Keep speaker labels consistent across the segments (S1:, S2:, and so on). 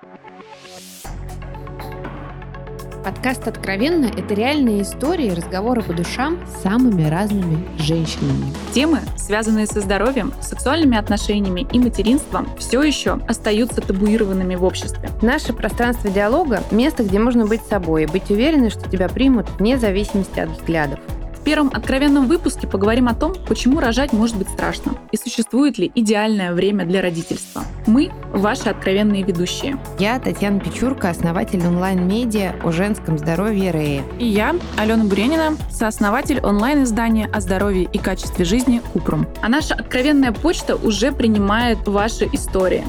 S1: Подкаст «Откровенно» — это реальные истории, разговоры по душам с самыми разными женщинами.
S2: Темы, связанные со здоровьем, сексуальными отношениями и материнством, все еще остаются табуированными в обществе.
S1: Наше пространство диалога — место, где можно быть собой и быть уверенной, что тебя примут вне зависимости от взглядов.
S2: В первом откровенном выпуске поговорим о том, почему рожать может быть страшно и существует ли идеальное время для родительства. Мы — ваши откровенные ведущие.
S1: Я Татьяна Печурка, основатель онлайн-медиа о женском здоровье Рея.
S2: И я, Алена Буренина, сооснователь онлайн-издания о здоровье и качестве жизни Купрум. А наша откровенная почта уже принимает ваши истории.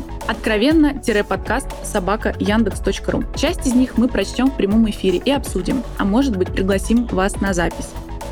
S2: Откровенно-подкаст@yandex.ru. Часть из них мы прочтем в прямом эфире и обсудим, а может быть, пригласим вас на запись.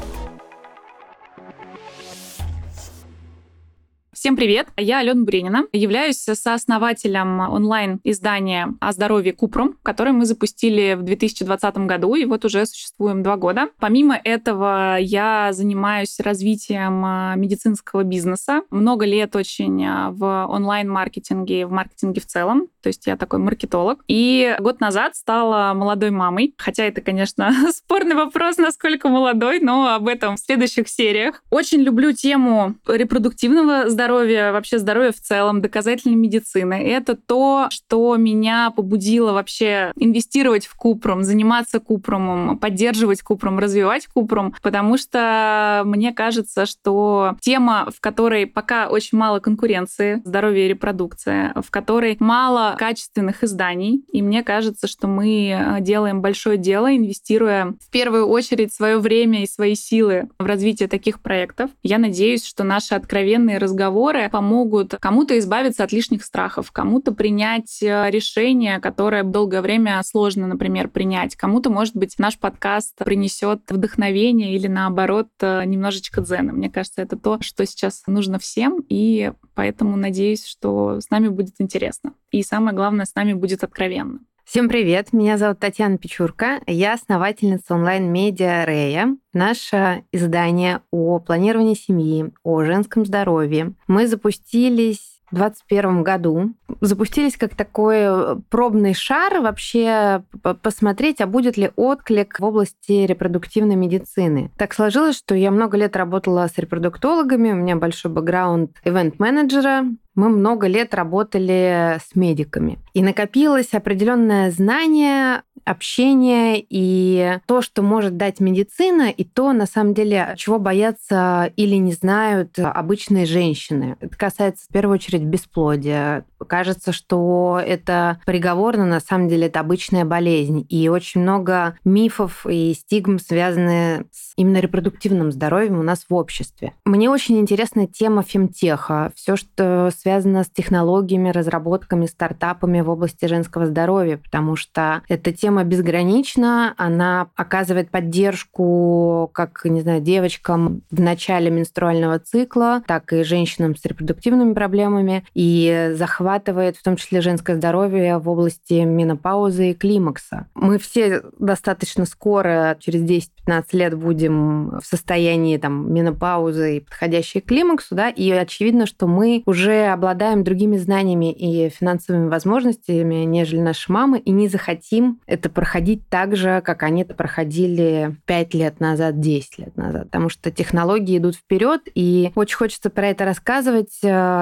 S2: Всем привет! Я Алена Буренина, являюсь сооснователем онлайн-издания о здоровье Купрум, которое мы запустили в 2020 году, и вот уже существуем 2 года. Помимо этого, я занимаюсь развитием медицинского бизнеса. Много лет очень в онлайн-маркетинге, в маркетинге в целом, то есть я такой маркетолог. И год назад стала молодой мамой, хотя это, конечно, спорный вопрос, насколько молодой, но об этом в следующих сериях. Очень люблю тему репродуктивного здоровья, вообще здоровья в целом, доказательной медицины. И это то, что меня побудило вообще инвестировать в Купрум, заниматься Купрумом, поддерживать Купрум, развивать Купрум, потому что мне кажется, что тема, в которой пока очень мало конкуренции, здоровье и репродукция, в которой мало качественных изданий, и мне кажется, что мы делаем большое дело, инвестируя в первую очередь свое время и свои силы в развитие таких проектов. Я надеюсь, что наши откровенные разговоры помогут кому-то избавиться от лишних страхов, кому-то принять решение, которое долгое время сложно, например, принять. Кому-то, может быть, наш подкаст принесет вдохновение или, наоборот, немножечко дзена. Мне кажется, это то, что сейчас нужно всем, и поэтому надеюсь, что с нами будет интересно. И самое главное, с нами будет откровенно.
S1: Всем привет! Меня зовут Татьяна Печурка. Я основательница онлайн-медиа Рея. Наше издание о планировании семьи, о женском здоровье. Мы запустились в 2021 году. Запустились как такой пробный шар вообще посмотреть, а будет ли отклик в области репродуктивной медицины. Так сложилось, что я много лет работала с репродуктологами, у меня большой бэкграунд ивент-менеджера. Мы много лет работали с медиками. И накопилось определенное знание, общение и то, что может дать медицина, и то, на самом деле, чего боятся или не знают обычные женщины. Это касается, в первую очередь, бесплодия. Кажется, что это приговор, но на самом деле это обычная болезнь. И очень много мифов и стигм связаны с именно репродуктивным здоровьем у нас в обществе. Мне очень интересна тема фемтеха. Все, что связано с технологиями, разработками, стартапами в области женского здоровья, потому что эта тема безгранична, она оказывает поддержку как, не знаю, девочкам в начале менструального цикла, так и женщинам с репродуктивными проблемами, и захватывает в том числе женское здоровье в области менопаузы и климакса. Мы все достаточно скоро, через 10-15 лет, будем в состоянии менопаузы и подходящей к климаксу, да, и очевидно, что мы уже обладаем другими знаниями и финансовыми возможностями, нежели наши мамы, и не захотим это проходить так же, как они это проходили 5 лет назад, 10 лет назад, потому что технологии идут вперед, и очень хочется про это рассказывать,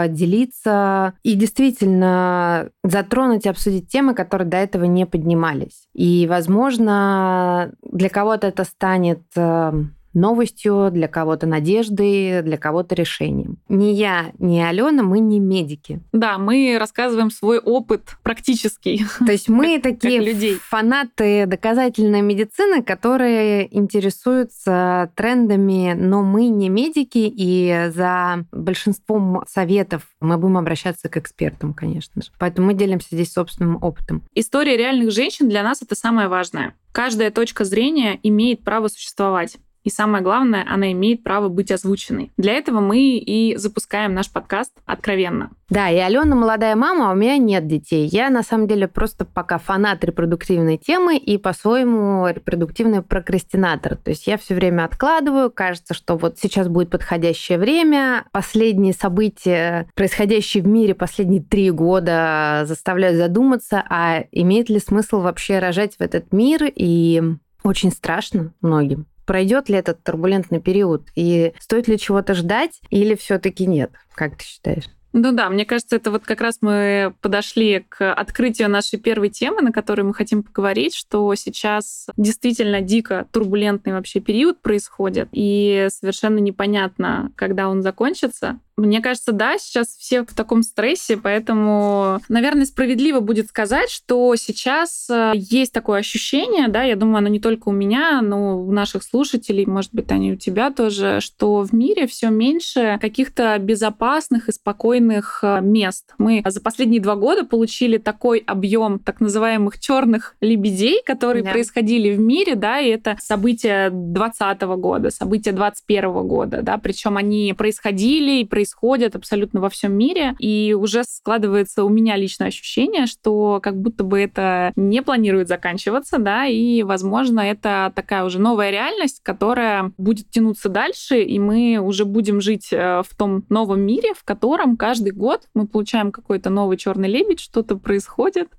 S1: делиться и действительно затронуть и обсудить темы, которые до этого не поднимались. И, возможно, для кого-то это станет новостью, для кого-то надеждой, для кого-то решением. Ни я, ни Алена, мы не медики.
S2: Да, мы рассказываем свой опыт практический.
S1: То есть мы такие фанаты доказательной медицины, которые интересуются трендами, но мы не медики, и за большинством советов мы будем обращаться к экспертам, конечно же. Поэтому мы делимся здесь собственным опытом.
S2: История реальных женщин для нас — это самое важное. Каждая точка зрения имеет право существовать. И самое главное, она имеет право быть озвученной. Для этого мы и запускаем наш подкаст «Откровенно».
S1: Да, и Алена молодая мама, а у меня нет детей. Я, на самом деле, просто пока фанат репродуктивной темы и по-своему репродуктивный прокрастинатор. То есть я все время откладываю, кажется, что вот сейчас будет подходящее время. Последние события, происходящие в мире последние 3 года, заставляют задуматься, а имеет ли смысл вообще рожать в этот мир? И очень страшно многим. Пройдет ли этот турбулентный период? И стоит ли чего-то ждать или все-таки нет? Как ты считаешь?
S2: Ну да, мне кажется, это вот как раз мы подошли к открытию нашей первой темы, на которой мы хотим поговорить, что сейчас действительно дико турбулентный вообще период происходит, и совершенно непонятно, когда он закончится. Мне кажется, да, сейчас все в таком стрессе, поэтому, наверное, справедливо будет сказать, что сейчас есть такое ощущение, да, я думаю, оно не только у меня, но у наших слушателей, может быть, они у тебя тоже, что в мире все меньше каких-то безопасных и спокойных мест. Мы за последние 2 года получили такой объем так называемых черных лебедей, которые происходили в мире, да, и это события 2020 года, события 2021 года, да, причем они происходили и происходят абсолютно во всем мире, и уже складывается у меня личное ощущение, что как будто бы это не планирует заканчиваться, да, и, возможно, это такая уже новая реальность, которая будет тянуться дальше, и мы уже будем жить в том новом мире, в котором каждый год мы получаем какой-то новый черный лебедь, что-то происходит.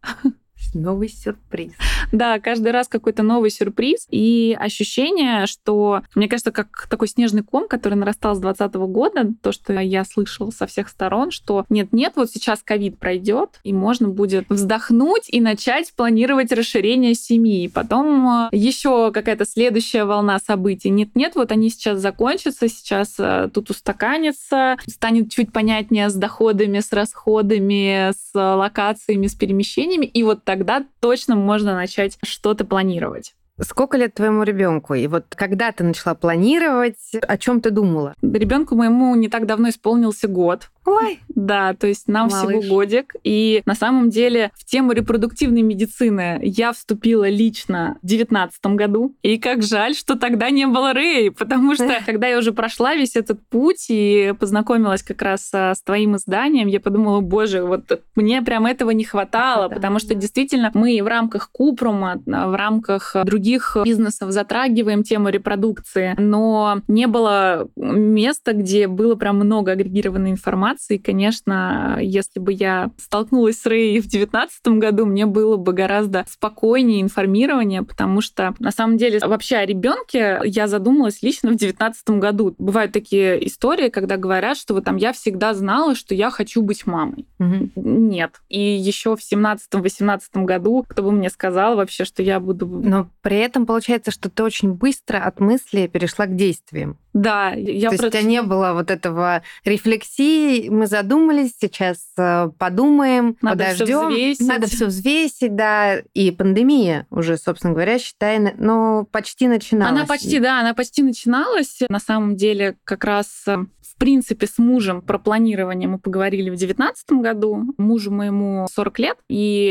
S1: Новый сюрприз.
S2: Да, каждый раз какой-то новый сюрприз. И ощущение, что, мне кажется, как такой снежный ком, который нарастал с 2020 года, то, что я слышала со всех сторон, что нет-нет, вот сейчас ковид пройдет, и можно будет вздохнуть и начать планировать расширение семьи. Потом еще какая-то следующая волна событий. Нет-нет, вот они сейчас закончатся, сейчас тут устаканится, станет чуть понятнее с доходами, с расходами, с локациями, с перемещениями, и вот тогда точно можно начать что-то планировать.
S1: Сколько лет твоему ребенку? И вот когда ты начала планировать, о чем ты думала?
S2: Ребенку моему не так давно исполнился год.
S1: Ой!
S2: Да, то есть нам
S1: Малыш.
S2: всего годик. И на самом деле в тему репродуктивной медицины я вступила лично в 2019 году. И как жаль, что тогда не было Рэй, потому что когда я уже прошла весь этот путь и познакомилась как раз с твоим изданием, я подумала, боже, вот мне прям этого не хватало, потому что действительно мы в рамках Купрума, в рамках других бизнесов затрагиваем тему репродукции, но не было места, где было прям много агрегированной информации. И, конечно, если бы я столкнулась с Рэй в 2019 году, мне было бы гораздо спокойнее информирование, потому что на самом деле вообще о ребенке я задумалась лично в 2019 году. Бывают такие истории, когда говорят, что вот там я всегда знала, что я хочу быть мамой.
S1: Угу.
S2: Нет. И еще в 2017-2018 году кто бы мне сказал вообще, что я буду...
S1: Но при этом получается, что ты очень быстро от мысли перешла к действиям.
S2: Да,
S1: То есть у тебя не было вот этого рефлексии, мы задумались, сейчас подумаем, подождем, надо все взвесить, да. И пандемия уже, собственно говоря, считай, почти начиналась.
S2: Она почти начиналась. На самом деле, как раз в принципе, с мужем про планирование мы поговорили в 2019 году. Мужу моему 40 лет,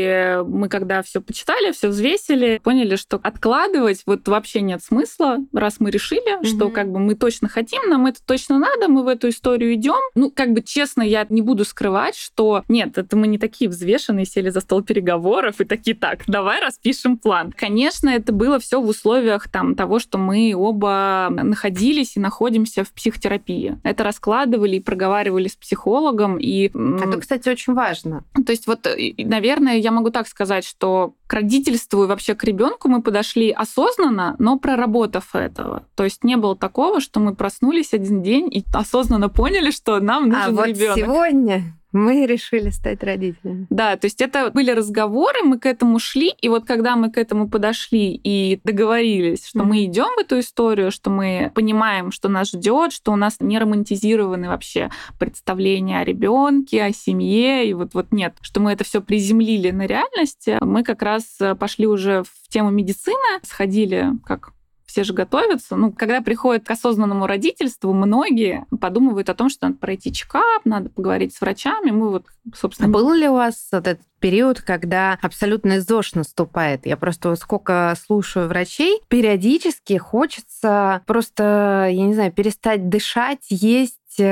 S2: и мы когда все почитали, все взвесили, поняли, что откладывать вот вообще нет смысла, раз мы решили, что как бы мы точно хотим, нам это точно надо, мы в эту историю идем. Ну, как бы честно, я не буду скрывать, что нет, это мы не такие взвешенные, сели за стол переговоров и такие, так, давай распишем план. Конечно, это было все в условиях того, что мы оба находились и находимся в психотерапии. Это раскладывали и проговаривали с психологом. И...
S1: Это, кстати, очень важно.
S2: То есть вот, наверное, я могу так сказать, что к родительству и вообще к ребенку мы подошли осознанно, но проработав этого. То есть не было такого, что мы проснулись один день и осознанно поняли, что нам нужен ребенок.
S1: Вот сегодня мы решили стать родителями.
S2: Да, то есть это были разговоры, мы к этому шли, и вот когда мы к этому подошли и договорились, что мы идем в эту историю, что мы понимаем, что нас ждет, что у нас не романтизированы вообще представления о ребенке, о семье, и вот нет, что мы это все приземлили на реальности, мы как раз пошли уже в тему медицины, сходили как все же готовятся. Ну, когда приходят к осознанному родительству, многие подумывают о том, что надо пройти чекап, надо поговорить с врачами. Мы вот, собственно...
S1: А был ли у вас вот этот период, когда абсолютный ЗОЖ наступает? Я просто сколько слушаю врачей, периодически хочется просто, я не знаю, перестать дышать, есть,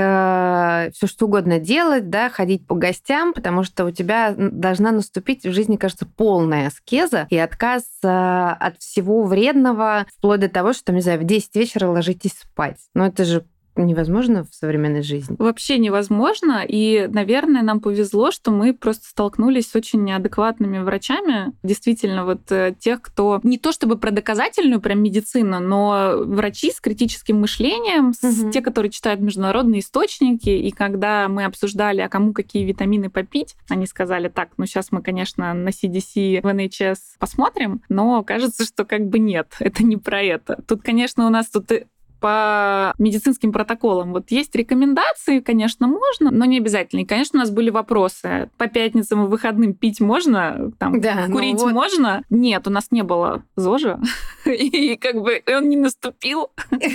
S1: все что угодно делать, да, ходить по гостям, потому что у тебя должна наступить в жизни, кажется, полная аскеза и отказ от всего вредного, вплоть до того, что, не знаю, в 10 вечера ложитесь спать. Но это же невозможно в современной жизни.
S2: Вообще невозможно. И, наверное, нам повезло, что мы просто столкнулись с очень неадекватными врачами. Действительно, вот тех, кто не то чтобы про доказательную прям медицину, но врачи с критическим мышлением, те, которые читают международные источники. И когда мы обсуждали, а кому какие витамины попить, они сказали, так, ну сейчас мы, конечно, на CDC, в NHS посмотрим, но кажется, что как бы нет, это не про это. Тут, конечно, у нас тут по медицинским протоколам. Вот есть рекомендации, конечно, можно, но не обязательно. И, конечно, у нас были вопросы. По пятницам и выходным пить можно? Там, да, курить можно? Нет, у нас не было ЗОЖа. И как бы он не наступил.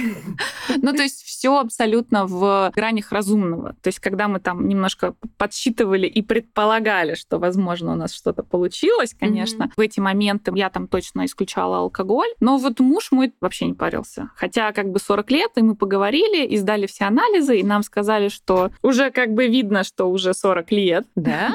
S2: Ну, то есть все абсолютно в гранях разумного. То есть когда мы там немножко подсчитывали и предполагали, что, возможно, у нас что-то получилось, конечно, в эти моменты я там точно исключала алкоголь. Но вот муж мой вообще не парился. Хотя как бы 40 лет, и мы поговорили, и сдали все анализы, и нам сказали, что уже как бы видно, что уже 40 лет.
S1: Да?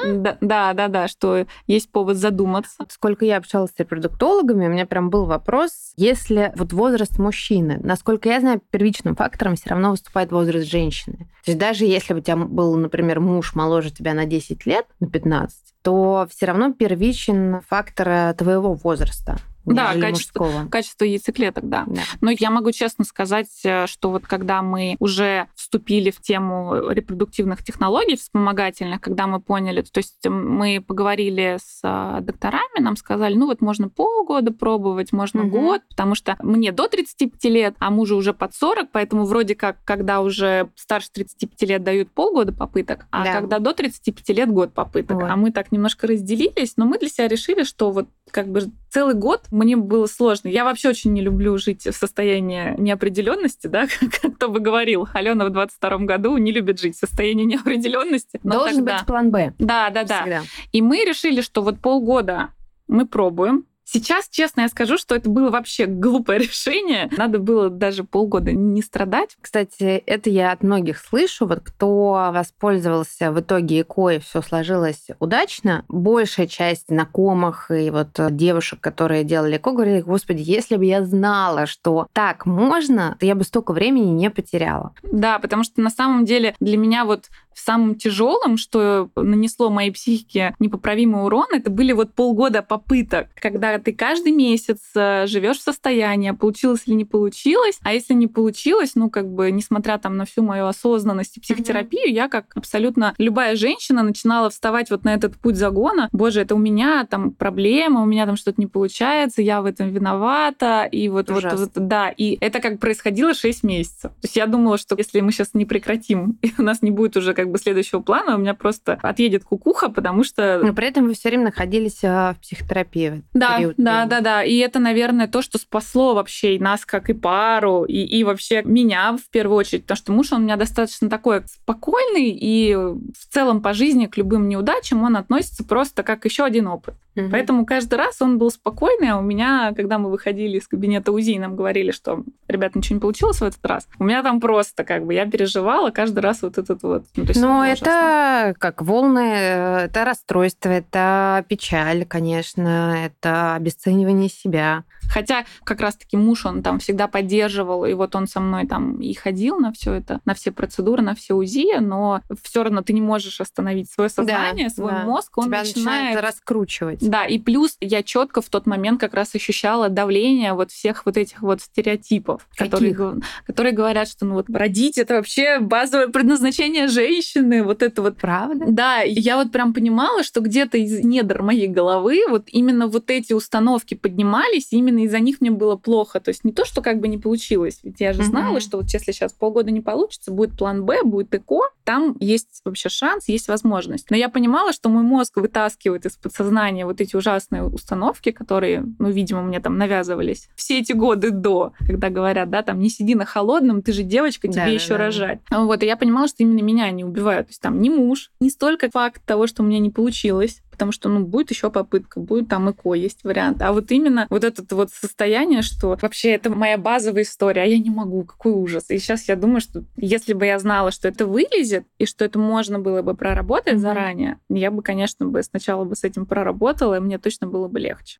S2: Да, что есть повод задуматься.
S1: Сколько я общалась с репродуктологами, у меня прям был вопрос, если вот возраст мужчины, насколько я знаю, первичным фактором все равно выступает возраст женщины. То есть даже если у тебя был, например, муж моложе тебя на 10 лет, на 15, то все равно первичен фактор твоего возраста.
S2: Да, качество яйцеклеток, да. Но я могу честно сказать, что вот когда мы уже вступили в тему репродуктивных технологий вспомогательных, когда мы поняли, то есть мы поговорили с докторами, нам сказали, ну вот можно полгода пробовать, можно год, потому что мне до 35 лет, а мужу уже под 40, поэтому вроде как, когда уже старше 35 лет дают полгода попыток, а когда до 35 лет год попыток. А мы так немножко разделились, но мы для себя решили, что вот как бы целый год мне было сложно. Я вообще очень не люблю жить в состоянии неопределенности, да, кто бы говорил. Алена в 22-м году не любит жить в состоянии неопределенности.
S1: Должен быть план Б.
S2: Да. И мы решили, что вот полгода мы пробуем. Сейчас, честно, я скажу, что это было вообще глупое решение. Надо было даже полгода не страдать.
S1: Кстати, это я от многих слышу. Вот кто воспользовался в итоге ЭКО и все сложилось удачно, большая часть знакомых и вот девушек, которые делали ЭКО, говорили, господи, если бы я знала, что так можно, то я бы столько времени не потеряла.
S2: Да, потому что на самом деле для меня вот самым тяжелым, что нанесло моей психике непоправимый урон, это были вот полгода попыток, когда ты каждый месяц живешь в состоянии, получилось или не получилось, а если не получилось, ну как бы несмотря там на всю мою осознанность и психотерапию, я как абсолютно любая женщина начинала вставать вот на этот путь загона. Боже, это у меня там проблема, у меня там что-то не получается, я в этом виновата, и вот да, и это как происходило 6 месяцев. То есть я думала, что если мы сейчас не прекратим, и у нас не будет уже как бы следующего плана, у меня просто отъедет кукуха, потому что...
S1: Но при этом вы все время находились в психотерапии.
S2: Да. И это, наверное, то, что спасло вообще и нас как и пару, и вообще меня в первую очередь, потому что муж, он у меня достаточно такой спокойный, и в целом по жизни к любым неудачам он относится просто как еще один опыт. Поэтому каждый раз он был спокойный, а у меня, когда мы выходили из кабинета УЗИ, и нам говорили, что, ребята, ничего не получилось в этот раз, у меня там просто как бы я переживала каждый раз вот этот вот.
S1: Но это как волны, это расстройство, это печаль, конечно, это обесценивание себя.
S2: Хотя как раз-таки муж, он там всегда поддерживал, и вот он со мной там и ходил на все это, на все процедуры, на все УЗИ, но все равно ты не можешь остановить свое сознание, свой мозг, он
S1: тебя начинает раскручивать.
S2: Да, и плюс я четко в тот момент как раз ощущала давление вот всех вот этих вот стереотипов, которые говорят, что ну вот родить — это вообще базовое предназначение женщины, вот это вот.
S1: Правда?
S2: Да, и я вот прям понимала, что где-то из недр моей головы вот именно вот эти установки поднимались, и именно из-за них мне было плохо. То есть не то, что как бы не получилось, ведь я же знала, что вот если сейчас полгода не получится, будет план Б, будет ЭКО, там есть вообще шанс, есть возможность. Но я понимала, что мой мозг вытаскивает из подсознания вот вот эти ужасные установки, которые, ну, видимо, мне там навязывались все эти годы до, когда говорят, да, там, не сиди на холодном, ты же девочка, тебе еще рожать. Вот, и я понимала, что именно меня они убивают. То есть там не муж, не столько факт того, что у меня не получилось, потому что, ну, будет еще попытка, будет там ЭКО, есть вариант. А вот именно вот это вот состояние, что вообще это моя базовая история, а я не могу, какой ужас. И сейчас я думаю, что если бы я знала, что это вылезет, и что это можно было бы проработать заранее, я бы, конечно, бы сначала бы с этим проработала, и мне точно было бы легче.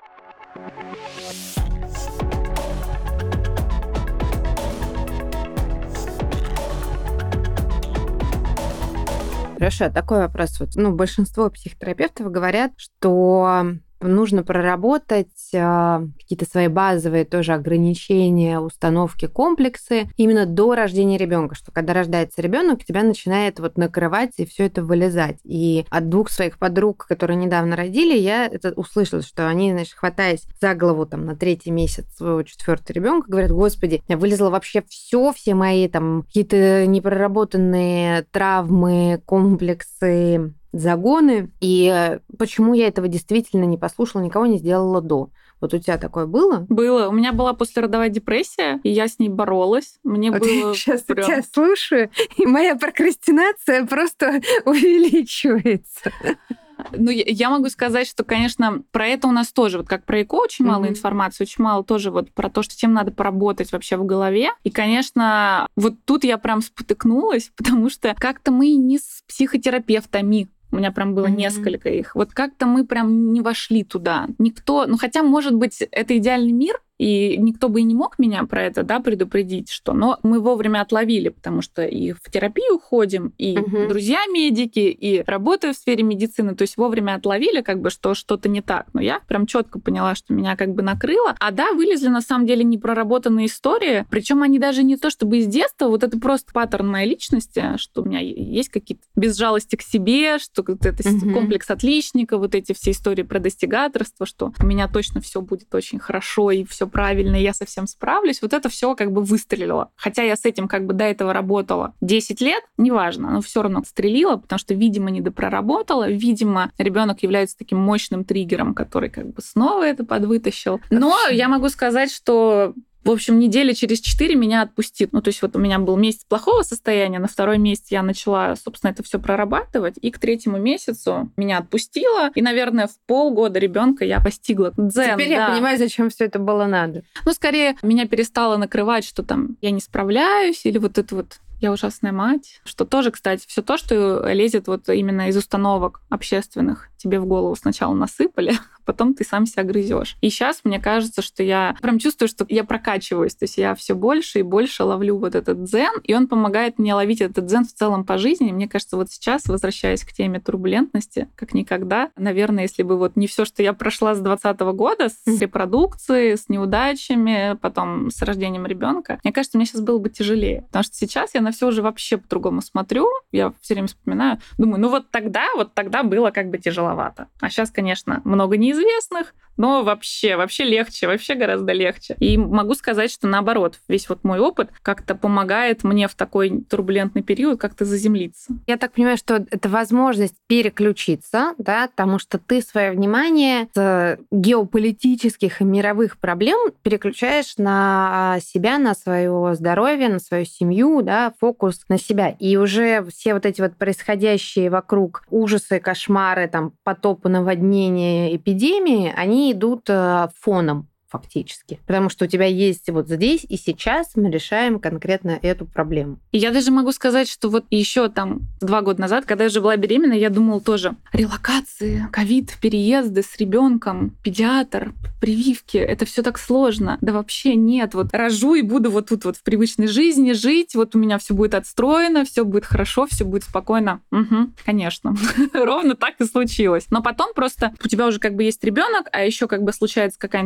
S1: Хорошо, такой вопрос. Ну, большинство психотерапевтов говорят, что нужно проработать какие-то свои базовые тоже ограничения, установки, комплексы именно до рождения ребенка, что когда рождается ребенок, тебя начинает вот накрывать и все это вылезать. И от двух своих подруг, которые недавно родили, я это услышала, что они, значит, хватаясь за голову там на 3-й месяц своего 4-го ребенка, говорят: Господи, я вылезла вообще все мои там какие-то непроработанные травмы, комплексы, загоны, и почему я этого действительно не послушала, никого не сделала до. Вот у тебя такое было?
S2: Было. У меня была послеродовая депрессия, и я с ней боролась. Мне вот было
S1: сейчас прям... я тебя слушаю, и моя прокрастинация просто увеличивается.
S2: Ну, я могу сказать, что, конечно, про это у нас тоже, вот как про ЭКО, очень мало информации, очень мало тоже вот про то, что с чем надо поработать вообще в голове. И, конечно, вот тут я прям спотыкнулась, потому что как-то мы не с психотерапевтами, у меня прям было несколько их. Вот как-то мы прям не вошли туда. Никто, ну хотя, может быть, это идеальный мир, и никто бы и не мог меня про это, да, предупредить, что... Но мы вовремя отловили, потому что и в терапию ходим, и друзья медики, и работаю в сфере медицины, то есть вовремя отловили, как бы, что что-то не так. Но я прям четко поняла, что меня как бы накрыло. А да, вылезли на самом деле непроработанные истории, причем они даже не то чтобы из детства, вот это просто паттерн моей личности, что у меня есть какие-то без жалости к себе, что это комплекс отличника, вот эти все истории про достигаторство, что у меня точно все будет очень хорошо, и все правильно, и я совсем справлюсь. Вот это все как бы выстрелило. Хотя я с этим как бы до этого работала 10 лет, неважно, но все равно стрелила, потому что, видимо, недопроработала, видимо, ребенок является таким мощным триггером, который как бы снова это подвытащил. Но я могу сказать, что в общем, недели через 4 меня отпустит. Ну, то есть вот у меня был месяц плохого состояния, на 2-й месяц я начала, собственно, это все прорабатывать, и к 3-му месяцу меня отпустило, и, наверное, в полгода ребенка я постигла дзен.
S1: Теперь я понимаю, зачем все это было надо.
S2: Ну, скорее, меня перестало накрывать, что там я не справляюсь, или вот это вот я ужасная мать. Что тоже, кстати, все то, что лезет вот именно из установок общественных, тебе в голову сначала насыпали, а потом ты сам себя грызешь. И сейчас мне кажется, что я прям чувствую, что я прокачиваюсь. То есть я все больше и больше ловлю вот этот дзен, и он помогает мне ловить этот дзен в целом по жизни. Мне кажется, вот сейчас, возвращаясь к теме турбулентности, как никогда, наверное, если бы вот не все, что я прошла с 2020 года, с репродукцией, с неудачами, потом с рождением ребенка, мне кажется, мне сейчас было бы тяжелее. Потому что сейчас я на все уже вообще по-другому смотрю. Я все время вспоминаю, думаю, ну вот тогда было как бы тяжеловато. А сейчас, конечно, много неизвестных, но вообще легче, вообще гораздо легче. И могу сказать, что наоборот, весь вот мой опыт как-то помогает мне в такой турбулентный период как-то заземлиться.
S1: Я так понимаю, что это возможность переключиться, да, потому что ты свое внимание с геополитических и мировых проблем переключаешь на себя, на свое здоровье, на свою семью, да, фокус на себя. И уже все вот эти вот происходящие вокруг ужасы, кошмары, там, потопы, наводнения, эпидемии, они идут фоном фактически. Потому что у тебя есть вот здесь и сейчас мы решаем конкретно эту проблему.
S2: И я даже могу сказать, что вот еще там 2 года назад, когда я уже была беременна, я думала тоже, релокации, ковид, переезды с ребенком, педиатр, прививки, это все так сложно. Да вообще нет, вот рожу и буду вот тут вот в привычной жизни жить, вот у меня все будет отстроено, все будет хорошо, все будет спокойно. Угу, конечно. Ровно так и случилось. Но потом просто у тебя уже как бы есть ребенок, а еще как бы случается какая-нибудь релокация,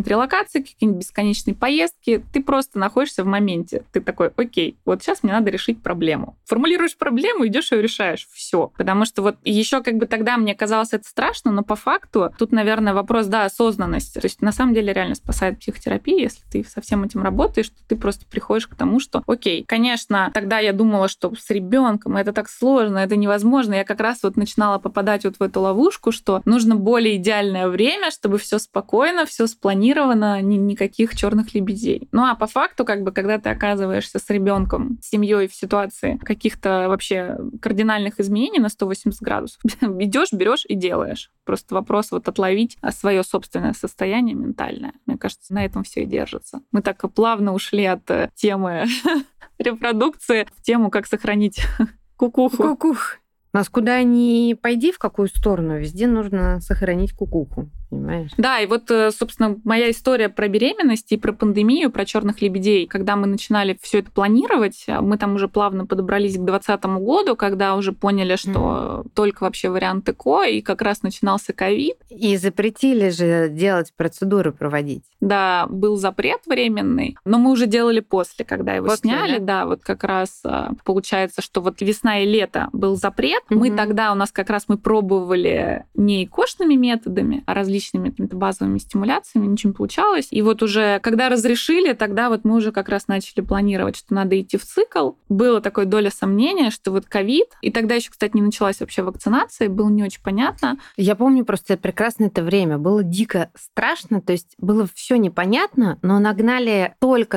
S2: ситуации, какие-нибудь бесконечные поездки, ты просто находишься в моменте. Ты такой, окей, вот сейчас мне надо решить проблему. Формулируешь проблему, идешь ее решаешь. Все. Потому что вот еще как бы тогда мне казалось это страшно, но по факту тут, наверное, вопрос, да, осознанности. То есть на самом деле реально спасает психотерапия, если ты со всем этим работаешь, что ты просто приходишь к тому, что, окей, конечно, тогда я думала, что с ребенком это так сложно, это невозможно. Я как раз вот начинала попадать вот в эту ловушку, что нужно более идеальное время, чтобы все спокойно, все спланировано, никаких черных лебедей. Ну а по факту, как бы, когда ты оказываешься с ребенком, с семьей в ситуации каких-то вообще кардинальных изменений на 180 градусов, идешь, берешь и делаешь. Просто вопрос вот отловить свое собственное состояние ментальное. Мне кажется, на этом все и держится. Мы так плавно ушли от темы репродукции в тему, как сохранить кукуху.
S1: Кукух. У нас куда ни пойди, в какую сторону, везде нужно сохранить кукуху, понимаешь?
S2: Да, и вот, собственно, моя история про беременность и про пандемию, про черных лебедей. Когда мы начинали все это планировать, мы там уже плавно подобрались к 2020 году, когда уже поняли, что только вообще вариант ЭКО, и как раз начинался ковид.
S1: И запретили же делать процедуры, проводить.
S2: Да, был запрет временный, но мы уже делали после, когда его сняли.
S1: Да?
S2: Да, вот как раз получается, что вот весна и лето был запрет. Мы тогда, у нас как раз мы пробовали не ЭКОшными методами, а различными какими-то базовыми стимуляциями, ничего не получалось. И вот уже, когда разрешили, тогда вот мы уже как раз начали планировать, что надо идти в цикл. Было такое доля сомнения, что вот ковид, и тогда еще, кстати, не началась вообще вакцинация, было не очень понятно.
S1: Я помню просто прекрасно это время. Было дико страшно, то есть было все непонятно, но нагнали только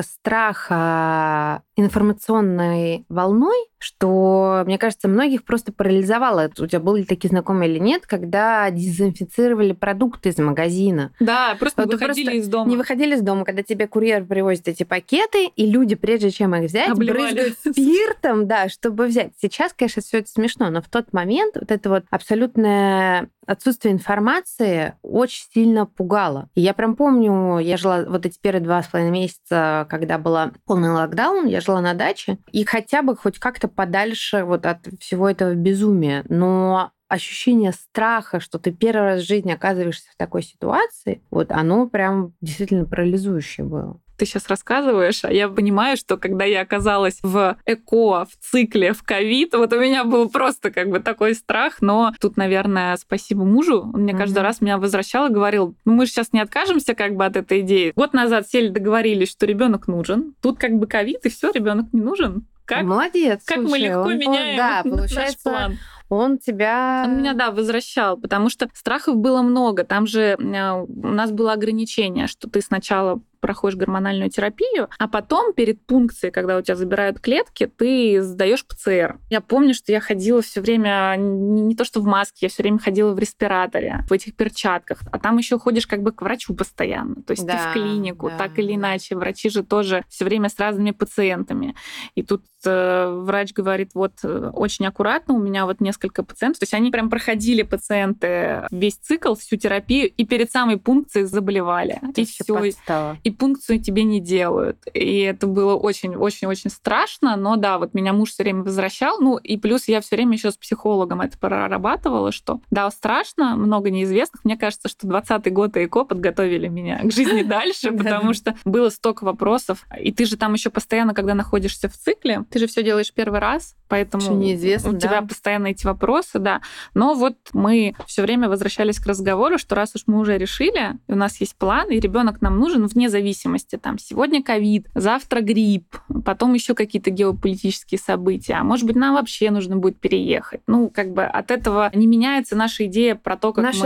S1: страха информационной волной, что, мне кажется, многих просто парализовало. У тебя были такие знакомые или нет, когда дезинфицировали продукты из магазина.
S2: Да, просто выходили из дома.
S1: Не выходили из дома, когда тебе курьер привозит эти пакеты, и люди, прежде чем их взять, брызгают спиртом, да, чтобы взять. Сейчас, конечно, все это смешно, но в тот момент вот это вот абсолютное отсутствие информации очень сильно пугало. И я прям помню, я жила вот эти первые 2,5 месяца, когда был полный локдаун, я жила на даче, и хотя бы хоть как-то подальше вот от всего этого безумия. Но ощущение страха, что ты первый раз в жизни оказываешься в такой ситуации, вот оно прям действительно парализующее было.
S2: Ты сейчас рассказываешь, а я понимаю, что когда я оказалась в ЭКО, в цикле, в ковид, вот у меня был просто как бы такой страх, но тут, наверное, спасибо мужу. Он мне каждый раз меня возвращал и говорил, ну мы же сейчас не откажемся как бы от этой идеи. Год назад сели, договорились, что ребенок нужен. Тут как бы ковид, и все, ребенок не нужен. Как?
S1: Молодец.
S2: Как слушай, мы легко меняем наш план.
S1: Он меня,
S2: да, возвращал, потому что страхов было много. Там же у нас было ограничение, что ты сначала проходишь гормональную терапию, а потом перед пункцией, когда у тебя забирают клетки, ты сдаешь ПЦР. Я помню, что я ходила все время не то что в маске, я все время ходила в респираторе, в этих перчатках, а там еще ходишь как бы к врачу постоянно, то есть ты в клинику, так или иначе. Врачи же тоже все время с разными пациентами. И тут врач говорит, вот очень аккуратно, у меня вот несколько пациентов, то есть они прям проходили пациенты весь цикл, всю терапию, и перед самой пункцией заболевали. И все. И пункцию тебе не делают. И это было очень-очень-очень страшно, но да, вот меня муж все время возвращал, ну и плюс я все время еще с психологом это прорабатывала, что да, страшно, много неизвестных. Мне кажется, что 20-й год и ЭКО подготовили меня к жизни дальше, потому что было столько вопросов. И ты же там еще постоянно, когда находишься в цикле, ты же все делаешь первый раз, поэтому у тебя постоянно эти вопросы, да. Но вот мы все время возвращались к разговору, что раз уж мы уже решили, у нас есть план, и ребенок нам нужен вне зависимости. Там сегодня ковид, завтра грипп, потом еще какие-то геополитические события. А может быть, нам вообще нужно будет переехать. Ну, как бы от этого не меняется наша идея про то, как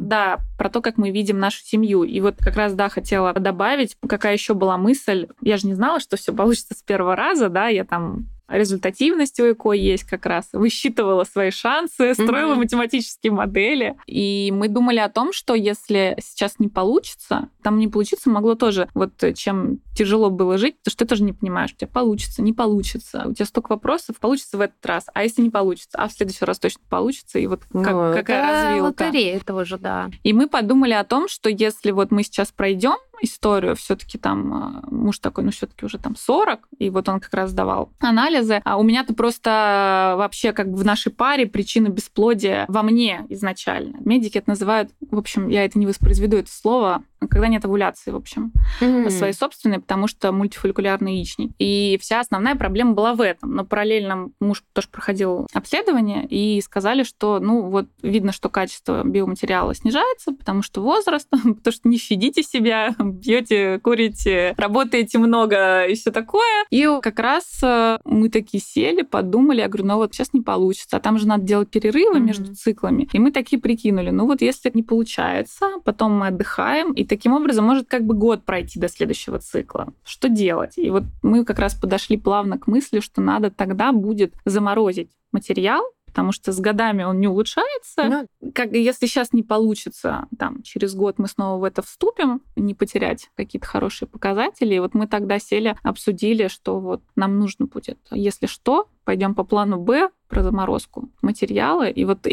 S2: про то, как мы видим нашу семью. И вот как раз, да, хотела добавить, какая еще была мысль. Я же не знала, что все получится с первого раза, да, я там результативность у ЭКО есть как раз. Высчитывала свои шансы, строила математические модели. И мы думали о том, что если сейчас не получится, там не получится могло тоже, вот чем тяжело было жить, потому что ты тоже не понимаешь, у тебя получится, не получится. У тебя столько вопросов, получится в этот раз, а если не получится, а в следующий раз точно получится. И вот какая развилка.
S1: Лотерея этого же, да.
S2: И мы подумали о том, что если вот мы сейчас пройдем историю, все-таки там муж такой, ну все-таки уже там 40, и вот он как раз давал анализы. А у меня-то просто вообще как бы в нашей паре причина бесплодия во мне изначально. Медики это называют, в общем, я это не воспроизведу, это слово, когда нет овуляции, в общем, своей собственной, потому что мультифолликулярный яичник. И вся основная проблема была в этом. Но параллельно муж тоже проходил обследование, и сказали, что, видно, что качество биоматериала снижается, потому что возраст, потому что не щадите себя, пьете, курите, работаете много и все такое. И как раз мы такие сели, подумали, я говорю, сейчас не получится, а там же надо делать перерывы между циклами. И мы такие прикинули, если не получается, потом мы отдыхаем, и таким образом может год пройти до следующего цикла. Что делать? И вот мы как раз подошли плавно к мысли, что надо тогда будет заморозить материал, потому что с годами он не улучшается. Если сейчас не получится, через год мы снова в это вступим, не потерять какие-то хорошие показатели. И вот мы тогда сели, обсудили, что нам нужно будет, если что, пойдем по плану Б про заморозку материала.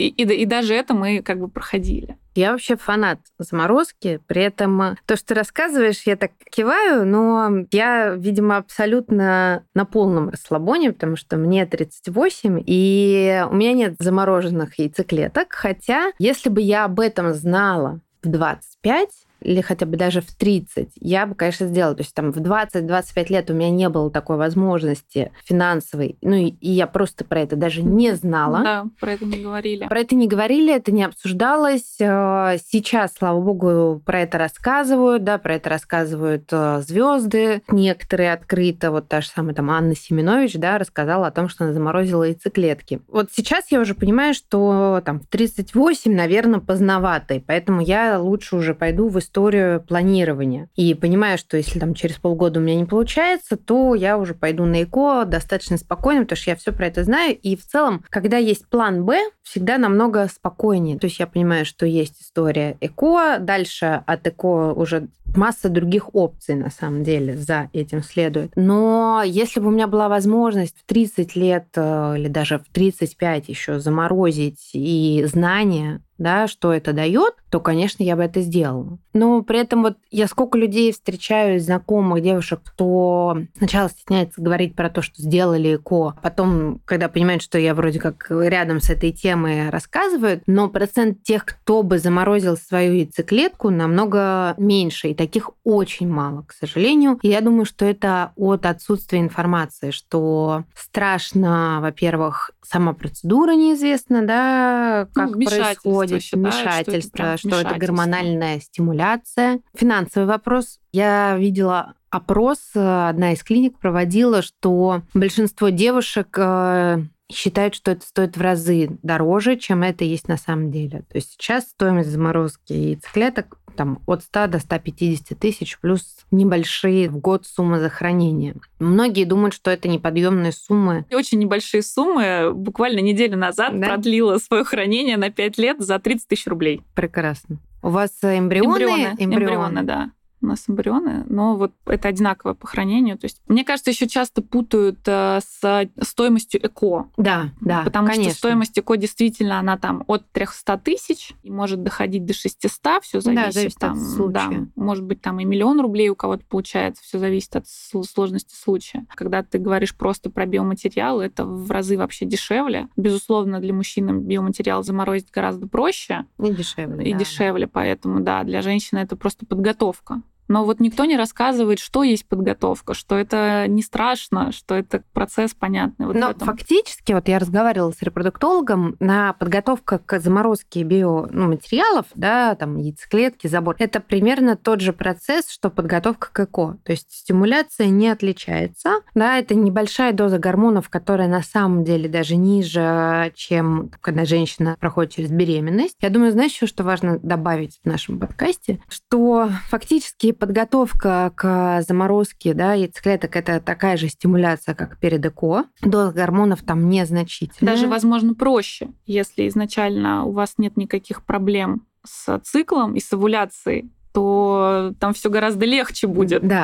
S2: И даже это мы проходили.
S1: Я вообще фанат заморозки. При этом то, что ты рассказываешь, я так киваю, но я, видимо, абсолютно на полном расслабоне, потому что мне 38, и у меня нет замороженных яйцеклеток. Хотя, если бы я об этом знала в 25, или хотя бы даже в 30, я бы, конечно, сделала. То есть в 20-25 лет у меня не было такой возможности финансовой, и я просто про это даже не знала.
S2: Да, про это не говорили.
S1: Про это не говорили, это не обсуждалось. Сейчас, слава богу, про это рассказывают, про это рассказывают звезды. Некоторые открыто, та же самая Анна Семенович, рассказала о том, что она заморозила яйцеклетки. Сейчас я уже понимаю, что в 38, наверное, поздновато, и поэтому я лучше уже пойду в историю планирования. И понимаю, что если через полгода у меня не получается, то я уже пойду на ЭКО достаточно спокойно, потому что я все про это знаю. И в целом, когда есть план Б, всегда намного спокойнее. То есть я понимаю, что есть история ЭКО, дальше от ЭКО уже масса других опций, на самом деле, за этим следует. Но если бы у меня была возможность в 30 лет или даже в 35 еще заморозить и знания, что это дает, то, конечно, я бы это сделала. Но при этом я сколько людей встречаю, знакомых девушек, кто сначала стесняется говорить про то, что сделали ЭКО, потом, когда понимают, что я вроде как рядом с этой темой рассказывают, но процент тех, кто бы заморозил свою яйцеклетку, намного меньше, и таких очень мало, к сожалению. И я думаю, что это от отсутствия информации, что страшно, во-первых, сама процедура неизвестна, как происходит, вмешательство, что это гормональная стимуляция. Финансовый вопрос. Я видела опрос, одна из клиник проводила, что большинство девушек считают, что это стоит в разы дороже, чем это есть на самом деле. То есть сейчас стоимость заморозки яйцеклеток от 100 до 150 тысяч плюс небольшие в год суммы за хранение. Многие думают, что это неподъемные суммы.
S2: Очень небольшие суммы. Буквально неделю назад продлила свое хранение на 5 лет за 30 тысяч рублей.
S1: Прекрасно. У вас эмбрионы?
S2: Эмбрионы, да. У нас эмбрионы, но это одинаковое по хранению. То есть, мне кажется, еще часто путают с стоимостью ЭКО.
S1: Да,
S2: потому
S1: конечно.
S2: что стоимость ЭКО действительно, она от 300 тысяч и может доходить до 600, все зависит
S1: от случая.
S2: Может быть, и 1 миллион рублей у кого-то получается, все зависит от сложности случая. Когда ты говоришь просто про биоматериал, это в разы вообще дешевле. Безусловно, для мужчины биоматериал заморозить гораздо проще.
S1: И дешевле.
S2: Дешевле, поэтому, для женщины это просто подготовка. Но никто не рассказывает, что есть подготовка, что это не страшно, что это процесс понятный.
S1: Но фактически, я разговаривала с репродуктологом, на подготовка к заморозке биоматериалов, яйцеклетки, забор, это примерно тот же процесс, что подготовка к ЭКО. То есть стимуляция не отличается. Это небольшая доза гормонов, которая на самом деле даже ниже, чем когда женщина проходит через беременность. Я думаю, знаешь, еще что важно добавить в нашем подкасте, что фактически подготовка к заморозке яйцеклеток – это такая же стимуляция, как перед ЭКО. Доза гормонов там незначительная.
S2: Даже, возможно, проще, если изначально у вас нет никаких проблем с циклом и с овуляцией, то там все гораздо легче будет.
S1: Да.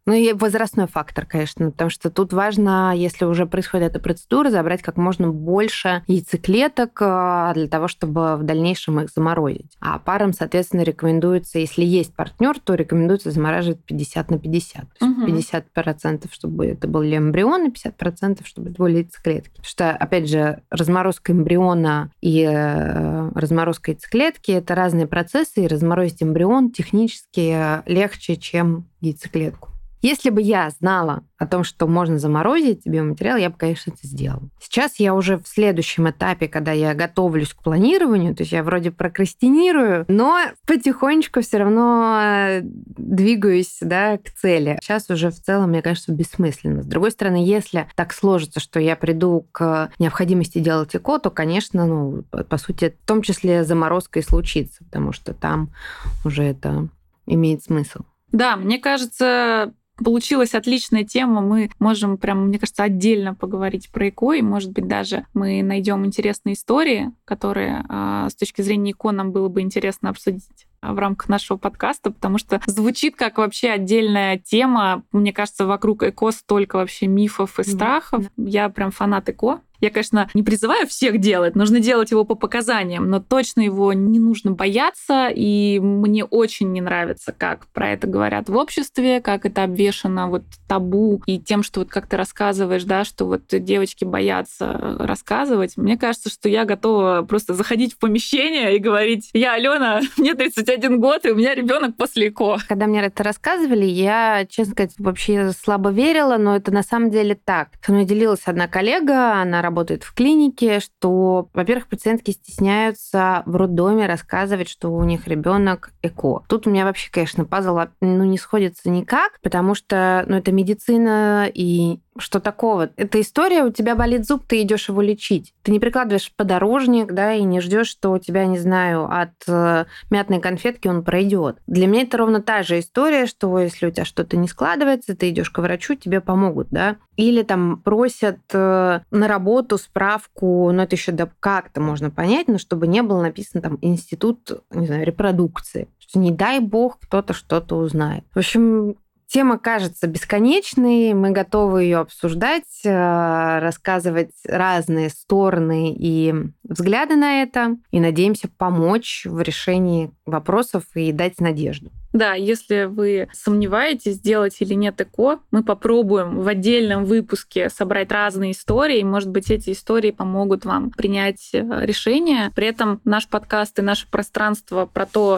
S1: Ну и возрастной фактор, конечно, потому что тут важно, если уже происходит эта процедура, забрать как можно больше яйцеклеток для того, чтобы в дальнейшем их заморозить. А парам, соответственно, рекомендуется, если есть партнер, то рекомендуется замораживать 50 на 50. То есть 50%, чтобы это были эмбрионы, 50%, чтобы это были яйцеклетки. Потому что, опять же, разморозка эмбриона и разморозка яйцеклетки – это разные процессы, и разморозить эмбрион технически легче, чем яйцеклетку. Если бы я знала о том, что можно заморозить биоматериал, я бы, конечно, это сделала. Сейчас я уже в следующем этапе, когда я готовлюсь к планированию, то есть я вроде прокрастинирую, но потихонечку все равно двигаюсь, да, к цели. Сейчас уже в целом, мне кажется, бессмысленно. С другой стороны, если так сложится, что я приду к необходимости делать ЭКО, то, конечно, по сути, в том числе заморозка и случится, потому что там уже это имеет смысл.
S2: Да, мне кажется, получилась отличная тема. Мы можем прям, мне кажется, отдельно поговорить про ЭКО, и, может быть, даже мы найдем интересные истории, которые с точки зрения ЭКО нам было бы интересно обсудить в рамках нашего подкаста, потому что звучит как вообще отдельная тема. Мне кажется, вокруг ЭКО столько вообще мифов и страхов. Я прям фанат ЭКО. Я, конечно, не призываю всех делать, нужно делать его по показаниям, но точно его не нужно бояться, и мне очень не нравится, как про это говорят в обществе, как это обвешано вот табу, и тем, что вот как ты рассказываешь, да, что вот девочки боятся рассказывать. Мне кажется, что я готова просто заходить в помещение и говорить: я Алена, мне 31 год, и у меня ребенок после ЭКО.
S1: Когда мне это рассказывали, я, честно сказать, вообще слабо верила, но это на самом деле так. Со мной делилась одна коллега, она работает в клинике, что, во-первых, пациентки стесняются в роддоме рассказывать, что у них ребенок ЭКО. Тут у меня вообще, конечно, пазл не сходится никак, потому что это медицина, и что такого? Это история, у тебя болит зуб, ты идешь его лечить. Ты не прикладываешь подорожник, да, и не ждешь, что у тебя, не знаю, от мятной конфетки он пройдет. Для меня это ровно та же история, что если у тебя что-то не складывается, ты идешь к врачу, тебе помогут, да. Или там просят на работу справку, это еще как-то можно понять, но чтобы не было написано там институт, не знаю, репродукции. Что не дай бог кто-то что-то узнает. В общем, тема кажется бесконечной, мы готовы ее обсуждать, рассказывать разные стороны и взгляды на это, и надеемся помочь в решении вопросов и дать надежду.
S2: Да, если вы сомневаетесь, делать или нет ЭКО, мы попробуем в отдельном выпуске собрать разные истории. Может быть, эти истории помогут вам принять решение. При этом наш подкаст и наше пространство про то,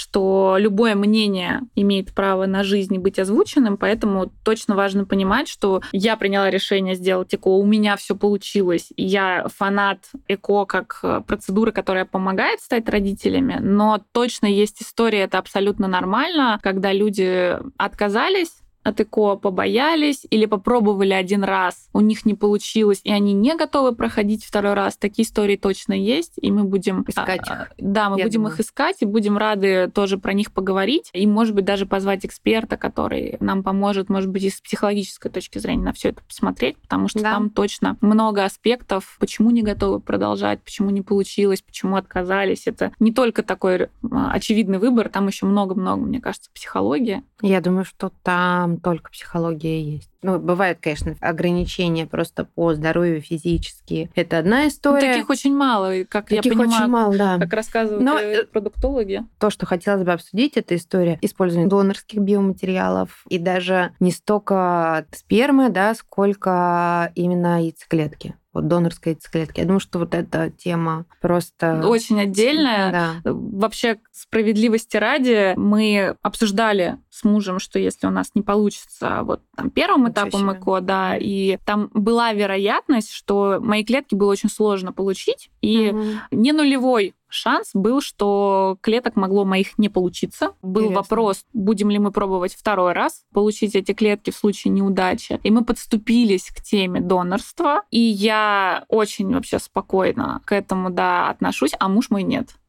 S2: что любое мнение имеет право на жизнь и быть озвученным, поэтому точно важно понимать, что я приняла решение сделать ЭКО, у меня все получилось, и я фанат ЭКО как процедуры, которая помогает стать родителями, но точно есть история, это абсолютно нормально, когда люди отказались от ЭКО, побоялись или попробовали один раз, у них не получилось, и они не готовы проходить второй раз. Такие истории точно есть, и мы будем
S1: искать их.
S2: Да, мы будем их искать, и будем рады тоже про них поговорить, и, может быть, даже позвать эксперта, который нам поможет, может быть, и с психологической точки зрения на все это посмотреть, потому что там точно много аспектов, почему не готовы продолжать, почему не получилось, почему отказались. Это не только такой очевидный выбор, там еще много-много, мне кажется, психологии.
S1: Я думаю, что там только психология есть. Бывают, конечно, ограничения просто по здоровью физически. Это одна история.
S2: Таких очень мало, как я понимаю,
S1: очень мало, да.
S2: Как рассказывают продуктологи.
S1: То, что хотелось бы обсудить, это история использования донорских биоматериалов. И даже не столько спермы, да, сколько именно яйцеклетки. Донорской яйцеклетки. Я думаю, что эта тема просто...
S2: Очень отдельная.
S1: Да.
S2: Вообще, справедливости ради, мы обсуждали с мужем, что если у нас не получится первым этапом ЭКО, да, и там была вероятность, что мои клетки было очень сложно получить, и не нулевой шанс был, что клеток могло моих не получиться. Был вопрос, будем ли мы пробовать второй раз получить эти клетки в случае неудачи. И мы подступились к теме донорства, и я очень вообще спокойно к этому, да, отношусь, а муж мой нет.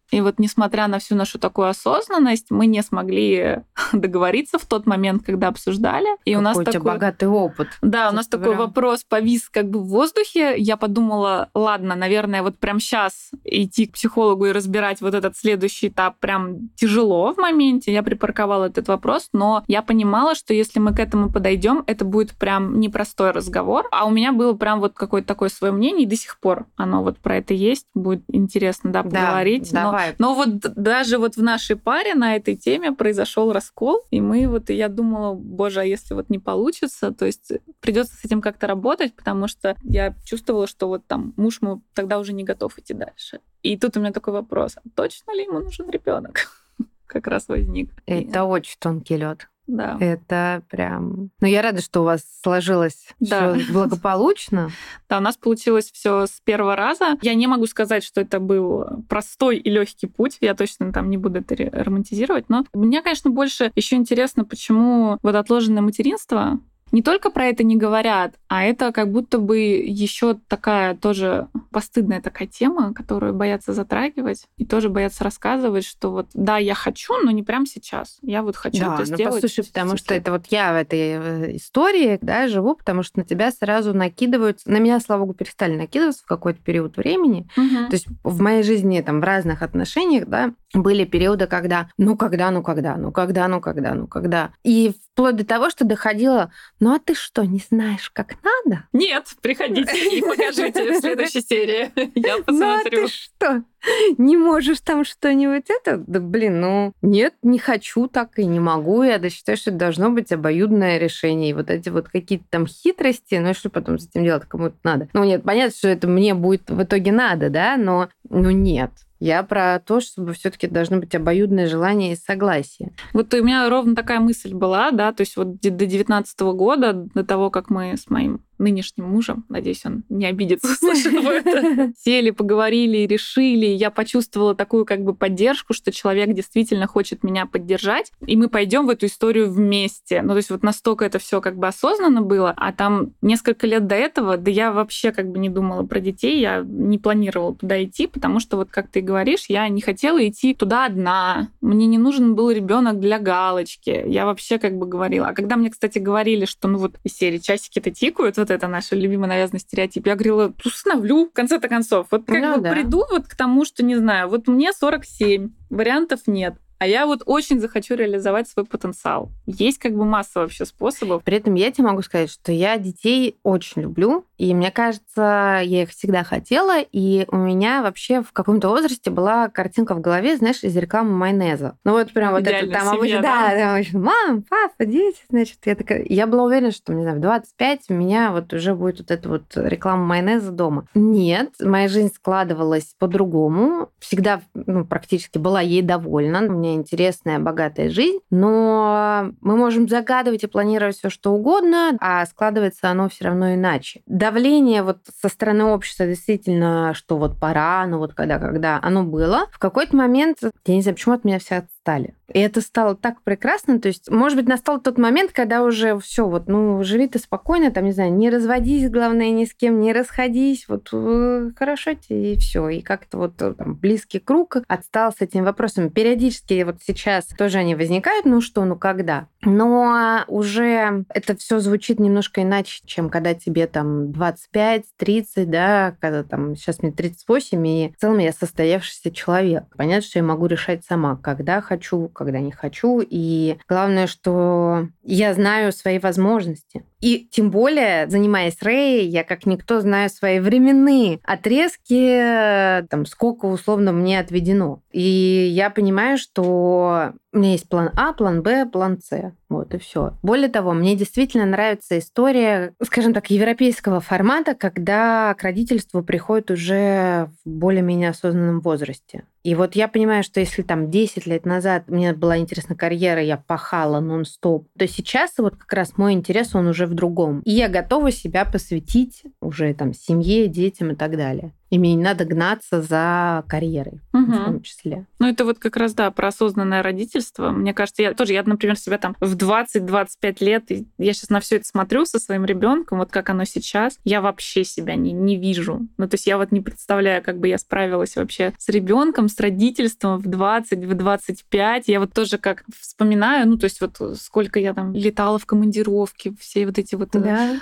S2: И вот несмотря на всю нашу такую осознанность, мы не смогли договориться в тот момент, когда обсуждали. И
S1: Какой
S2: у нас
S1: у тебя
S2: такой...
S1: богатый опыт.
S2: Да, у нас такой вопрос повис как бы в воздухе. Я подумала, ладно, наверное, вот прям сейчас идти к психологу и разбирать вот этот следующий этап прям тяжело в моменте. Я припарковала этот вопрос, но я понимала, что если мы к этому подойдем, это будет прям непростой разговор. А у меня было прям вот какое-то такое свое мнение, и до сих пор оно вот про это есть. Будет интересно, да, поговорить.
S1: Да,
S2: но вот даже вот в нашей паре на этой теме произошел раскол, и я думала, боже, а если вот не получится, то есть придется с этим как-то работать, потому что я чувствовала, что вот там муж мой тогда уже не готов идти дальше. И тут у меня такой вопрос: а точно ли ему нужен ребенок? Как раз возник.
S1: Это очень тонкий лед.
S2: Да.
S1: Это прям... Ну, я рада, что у вас сложилось
S2: Да.
S1: все благополучно.
S2: Да, у нас получилось все с первого раза. Я не могу сказать, что это был простой и легкий путь. Я точно там не буду это романтизировать. Но мне, конечно, больше еще интересно, почему вот отложенное материнство не только про это не говорят, а это как будто бы еще такая тоже постыдная такая тема, которую боятся затрагивать и тоже боятся рассказывать, что вот да, я хочу, но не прямо сейчас. Я вот хочу это сделать.
S1: Да, послушай, потому что это вот я в этой истории, да, живу, потому что на тебя сразу накидываются, на меня, слава богу, перестали накидываться в какой-то период времени. То есть в моей жизни там в разных отношениях, да, были периоды, когда когда. И вплоть до того, что доходило: ну а ты что, не знаешь, как надо?
S2: Нет, приходите и покажите в следующей серии. Я посмотрю.
S1: Ну а ты что, не можешь там что-нибудь это? Да блин, нет, не хочу так и не могу. Я считаю, что это должно быть обоюдное решение. И вот эти вот какие-то там хитрости, и что потом с этим делать кому-то надо? Нет, понятно, что это мне будет в итоге надо, да, но нет. Я про то, чтобы все-таки должно быть обоюдное желание и согласие.
S2: Вот у меня ровно такая мысль была, да, то есть вот до 2019 года, до того, как мы с моим нынешним мужем, надеюсь, он не обидится, услышав это, сели, поговорили, решили, я почувствовала такую как бы поддержку, что человек действительно хочет меня поддержать, и мы пойдем в эту историю вместе. То есть вот настолько это все как бы осознанно было, а там несколько лет до этого, да я вообще как бы не думала про детей, я не планировала туда идти, потому что вот как ты говоришь, я не хотела идти туда одна, мне не нужен был ребенок для галочки, я вообще как бы говорила. А когда мне, кстати, говорили, что из серии часики-то тикают, вот это наш любимый навязанный стереотип, я говорила, усыновлю, в конце-то концов. Вот как бы приду к тому, что, не знаю, вот мне 47, вариантов нет. А я вот очень захочу реализовать свой потенциал. Есть как бы масса вообще способов.
S1: При этом я тебе могу сказать, что я детей очень люблю, и мне кажется, я их всегда хотела, и у меня вообще в каком-то возрасте была картинка в голове, знаешь, из рекламы майонеза. Прям вот это там обычно, да, мама, папа, дети, значит, я была уверена, что, не знаю, в 25 у меня вот уже будет вот эта вот реклама майонеза дома. Нет, моя жизнь складывалась по-другому, всегда, практически была ей довольна, у меня интересная, богатая жизнь, но мы можем загадывать и планировать все что угодно, а складывается оно все равно иначе. Давление вот со стороны общества действительно, что вот пора, когда оно было. В какой-то момент, я не знаю, почему от меня все отстали. И это стало так прекрасно. То есть, может быть, настал тот момент, когда уже все, живи ты спокойно, там, не знаю, не разводись, главное, ни с кем, не расходись, хорошо тебе, и все. И как-то там близкий круг отстал с этими вопросами. Периодически вот сейчас тоже они возникают, когда. Но уже это все звучит немножко иначе, чем когда тебе там 25-30, да, когда там сейчас мне 38, и в целом я состоявшийся человек. Понятно, что я могу решать сама, когда хочу, когда не хочу. И главное, что я знаю свои возможности. И тем более, занимаясь Рэй, я как никто знаю свои временные отрезки, там, сколько условно мне отведено. И я понимаю, что у меня есть план А, план Б, план С. Вот и все. Более того, мне действительно нравится история, скажем так, европейского формата, когда к родительству приходит уже в более-менее осознанном возрасте. И вот я понимаю, что если там 10 лет назад мне была интересна карьера, я пахала нон-стоп, то сейчас вот как раз мой интерес, он уже в другом. И я готова себя посвятить уже там семье, детям и так далее. Ими не надо гнаться за карьерой в том числе.
S2: Ну, это вот как раз, да, про осознанное родительство. Мне кажется, я, например, себя там в 20-25 лет, и я сейчас на все это смотрю со своим ребенком, вот как оно сейчас, я вообще себя не вижу. Ну, то есть я вот не представляю, как бы я справилась вообще с ребенком, с родительством в 20, в 25. Я вот тоже как вспоминаю, ну, то есть вот сколько я там летала в командировки, все вот эти вот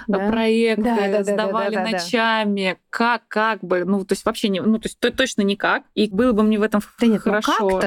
S2: проекты сдавали ночами, как бы, ну, то есть вообще не, ну, то есть точно никак. И было бы мне в этом хорошо.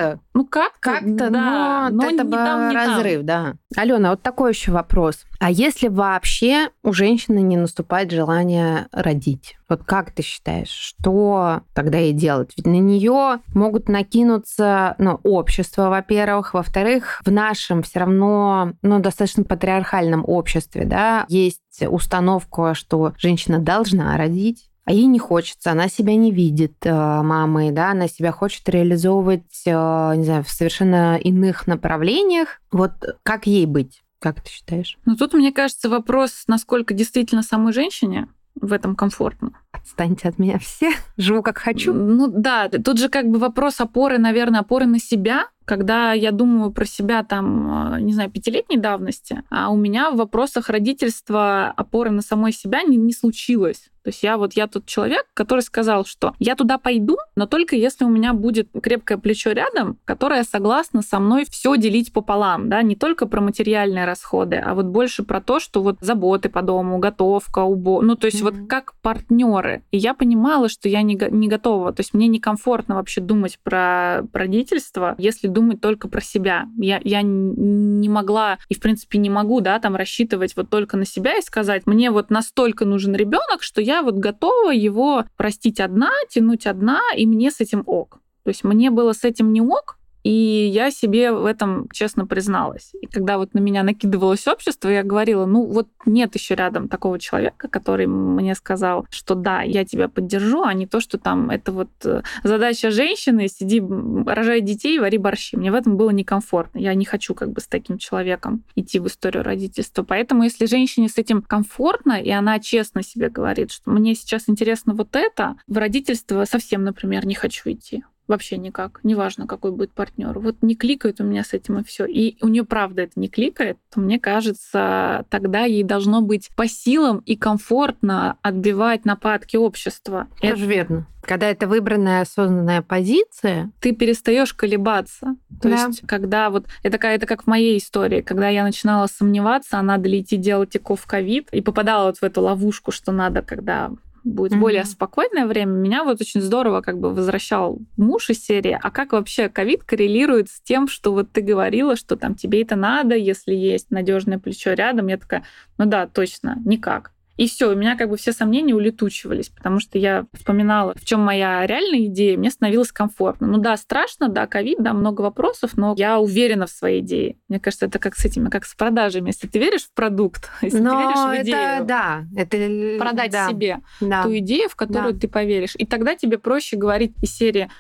S1: Как-то, но это
S2: не
S1: бы
S2: там,
S1: разрыв, да. Алена, вот такой еще вопрос. А если вообще у женщины не наступает желание родить? Вот как ты считаешь, что тогда ей делать? Ведь на нее могут накинуться, общество, во-первых. Во-вторых, в нашем все равно, достаточно патриархальном обществе, да, есть установка, что женщина должна родить, а ей не хочется, она себя не видит мамой, да, она себя хочет реализовывать, не знаю, в совершенно иных направлениях. Вот как ей быть? Как ты считаешь?
S2: Ну, тут, мне кажется, вопрос, насколько действительно самой женщине в этом комфортно.
S1: Отстаньте от меня все, живу как хочу.
S2: Ну да, тут же как бы вопрос опоры, наверное, опоры на себя. Когда я думаю про себя там, не знаю, 5-летней давности, а у меня в вопросах родительства опоры на самой себя не случилось. То есть я тот человек, который сказал, что я туда пойду, но только если у меня будет крепкое плечо рядом, которое согласно со мной все делить пополам, да, не только про материальные расходы, а вот больше про то, что вот заботы по дому, готовка, ну то есть вот как партнеры. И я понимала, что я не готова, то есть мне некомфортно вообще думать про родительство, если думать только про себя. Я не могла и в принципе не могу, да, там рассчитывать вот только на себя и сказать, мне вот настолько нужен ребенок, что я вот готова его простить одна, тянуть одна, и мне с этим ок. То есть мне было с этим не ок, и я себе в этом честно призналась. И когда вот на меня накидывалось общество, я говорила, вот нет еще рядом такого человека, который мне сказал, что да, я тебя поддержу, а не то, что там это вот задача женщины, сиди, рожай детей, вари борщи. Мне в этом было некомфортно. Я не хочу как бы с таким человеком идти в историю родительства. Поэтому если женщине с этим комфортно, и она честно себе говорит, что мне сейчас интересно вот это, в родительство совсем, например, не хочу идти. Вообще никак. Неважно, какой будет партнер. Вот не кликает у меня с этим и все. И у нее правда это не кликает, то мне кажется, тогда ей должно быть по силам и комфортно отбивать нападки общества.
S1: Это же верно. Когда это выбранная осознанная позиция,
S2: ты перестаешь колебаться. То есть, когда вот это как в моей истории, когда я начинала сомневаться, а надо ли идти делать ЭКО в ковид, и попадала вот в эту ловушку, что надо, когда будет более спокойное время, меня вот очень здорово как бы возвращал муж из серии, а как вообще ковид коррелирует с тем, что вот ты говорила, что там тебе это надо, если есть надежное плечо рядом. Я такая, да, точно, никак. И все, у меня как бы все сомнения улетучивались, потому что я вспоминала, в чем моя реальная идея, мне становилось комфортно. Да, страшно, да, ковид, да, много вопросов, но я уверена в своей идее. Мне кажется, это как с продажами. Если ты веришь в продукт, если ты веришь в идею,
S1: это
S2: продать себе ту идею, в которую ты поверишь. И тогда тебе проще говорить из серии,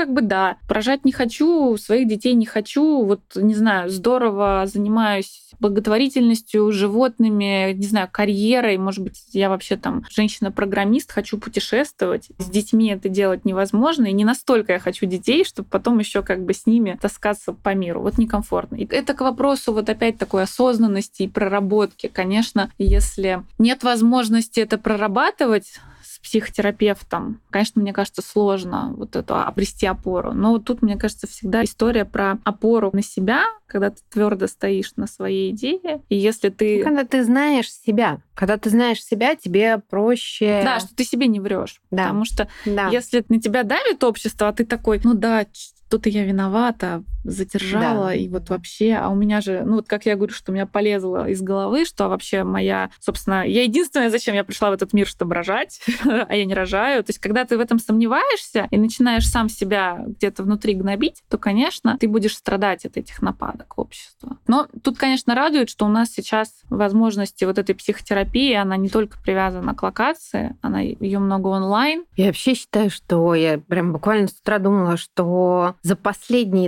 S2: рожать не хочу, своих детей не хочу, вот, не знаю, здорово занимаюсь благотворительностью, животными, не знаю, карьерой, может быть, я вообще там женщина-программист, хочу путешествовать. С детьми это делать невозможно, и не настолько я хочу детей, чтобы потом еще как бы с ними таскаться по миру. Вот некомфортно. И это к вопросу вот опять такой осознанности и проработки. Конечно, если нет возможности это прорабатывать с психотерапевтом, конечно, мне кажется, сложно вот эту обрести опору. Но тут, мне кажется, всегда история про опору на себя, когда ты твердо стоишь на своей идее. И если ты...
S1: Когда ты знаешь себя. Когда ты знаешь себя, тебе проще...
S2: Да, что ты себе не врешь. Да. Потому что если на тебя давит общество, а ты такой, что-то я виновата, задержала, и вот вообще, а у меня же, как я говорю, что у меня полезло из головы, что вообще моя, собственно, я единственное, зачем я пришла в этот мир, чтобы рожать, а я не рожаю. То есть, когда ты в этом сомневаешься и начинаешь сам себя где-то внутри гнобить, то, конечно, ты будешь страдать от этих нападок общества. Но тут, конечно, радует, что у нас сейчас возможности вот этой психотерапии, она не только привязана к локации, ее много онлайн.
S1: Я вообще считаю, что я прям буквально с утра думала, что за последние 2 года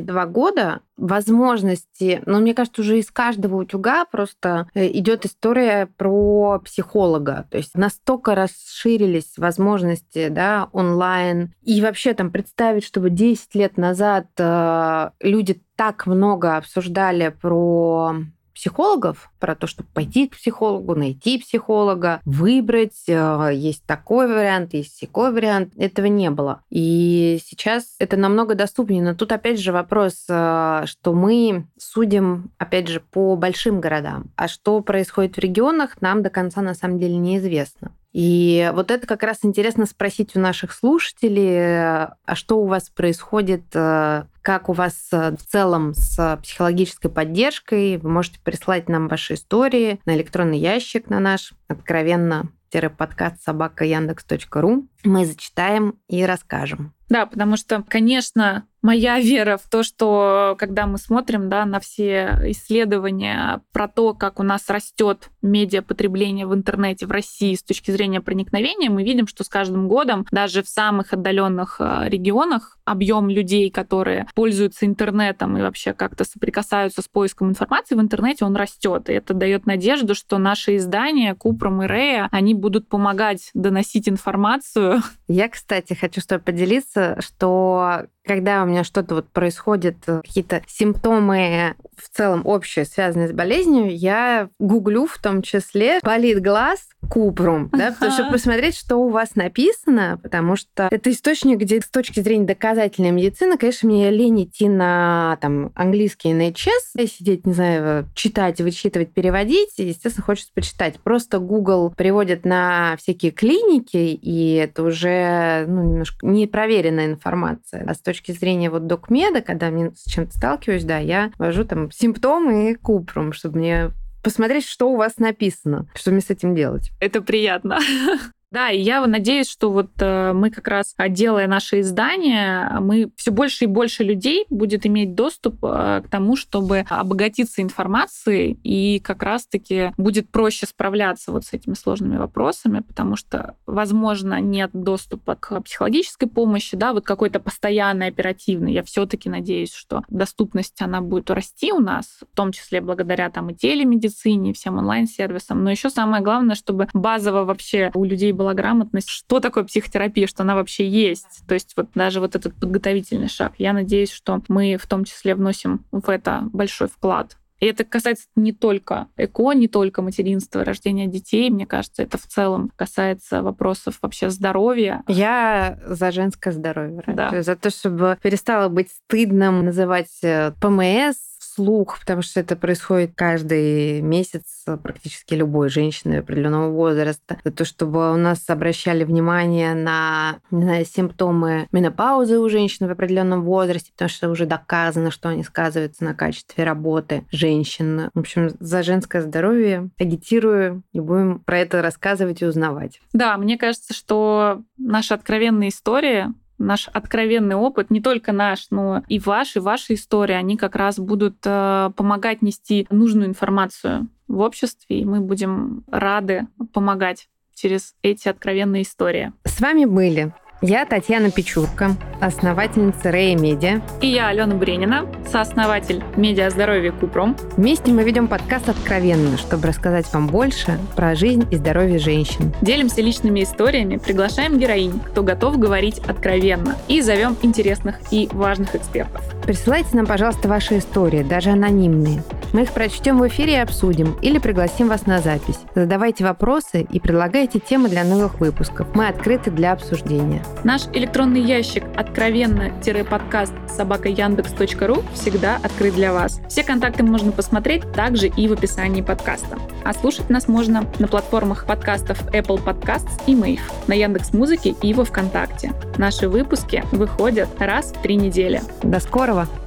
S1: года возможности, мне кажется, уже из каждого утюга просто идет история про психолога. То есть настолько расширились возможности, да, онлайн. И вообще там представить, чтобы 10 лет назад люди так много обсуждали про психологов, про то, чтобы пойти к психологу, найти психолога, выбрать, есть такой вариант, есть такой вариант. Этого не было. И сейчас это намного доступнее. Но тут опять же вопрос, что мы судим, опять же, по большим городам. А что происходит в регионах, нам до конца на самом деле неизвестно. И вот это как раз интересно спросить у наших слушателей, а что у вас происходит, как у вас в целом с психологической поддержкой. Вы можете прислать нам ваши истории на электронный ящик на наш откровенно-подкаст@yandex.ru. Мы зачитаем и расскажем.
S2: Да, потому что, конечно, моя вера в то, что когда мы смотрим, да, на все исследования про то, как у нас растет медиапотребление в интернете в России с точки зрения проникновения, мы видим, что с каждым годом даже в самых отдаленных регионах объем людей, которые пользуются интернетом и вообще как-то соприкасаются с поиском информации в интернете, он растет. И это дает надежду, что наши издания Купром и Рея, они будут помогать доносить информацию.
S1: Я, кстати, хочу с тобой поделиться, что когда у меня что-то вот происходит, какие-то симптомы в целом общие, связанные с болезнью, я гуглю в том числе «болит глаз», Купром, да, чтобы посмотреть, что у вас написано, потому что это источник, где с точки зрения доказательной медицины, конечно, мне лень идти на там, английский NHS, сидеть, не знаю, читать, вычитывать, переводить, и, естественно, хочется почитать. Просто Google приводит на всякие клиники, и это уже немножко непроверенная информация. А с точки зрения вот докмеда, когда я с чем-то сталкиваюсь, да, я ввожу там симптомы и Купром, чтобы мне посмотреть, что у вас написано, что мне с этим делать.
S2: Это приятно. Да, и я надеюсь, что вот мы как раз, делая наше издание, мы все больше и больше людей будет иметь доступ к тому, чтобы обогатиться информацией, и как раз-таки будет проще справляться вот с этими сложными вопросами, потому что, возможно, нет доступа к психологической помощи, да, вот какой-то постоянной, оперативной. Я все-таки надеюсь, что доступность, она будет расти у нас, в том числе благодаря там и телемедицине, и всем онлайн-сервисам. Но еще самое главное, чтобы базово вообще у людей была грамотность, что такое психотерапия, что она вообще есть. То есть вот даже вот этот подготовительный шаг. Я надеюсь, что мы в том числе вносим в это большой вклад. И это касается не только ЭКО, не только материнства, рождения детей. Мне кажется, это в целом касается вопросов вообще здоровья.
S1: Я за женское здоровье.
S2: Да.
S1: За то, чтобы перестало быть стыдным называть ПМС вслух, потому что это происходит каждый месяц практически любой женщины определенного возраста. За то, чтобы у нас обращали внимание на, не знаю, симптомы менопаузы у женщин в определенном возрасте, потому что уже доказано, что они сказываются на качестве работы женщин. В общем, за женское здоровье агитирую, и будем про это рассказывать и узнавать.
S2: Да, мне кажется, что наша откровенная история, наш откровенный опыт, не только наш, но и ваши истории, они как раз будут помогать нести нужную информацию в обществе, и мы будем рады помогать через эти откровенные истории.
S1: С вами были я, Татьяна Печурка, основательница Рея Медиа.
S2: И я, Алена Бренина, сооснователь медиаздоровья Купром.
S1: Вместе мы ведем подкаст «Откровенно», чтобы рассказать вам больше про жизнь и здоровье женщин.
S2: Делимся личными историями, приглашаем героинь, кто готов говорить откровенно, и зовем интересных и важных экспертов.
S1: Присылайте нам, пожалуйста, ваши истории, даже анонимные. Мы их прочтем в эфире и обсудим, или пригласим вас на запись. Задавайте вопросы и предлагайте темы для новых выпусков. Мы открыты для обсуждения.
S2: Наш электронный ящик откровенно-подкаст@yandex.ru всегда открыт для вас. Все контакты можно посмотреть также и в описании подкаста. А слушать нас можно на платформах подкастов Apple Podcasts и Mave, на Яндекс.Музыке и во ВКонтакте. Наши выпуски выходят раз в 3 недели.
S1: До скорого!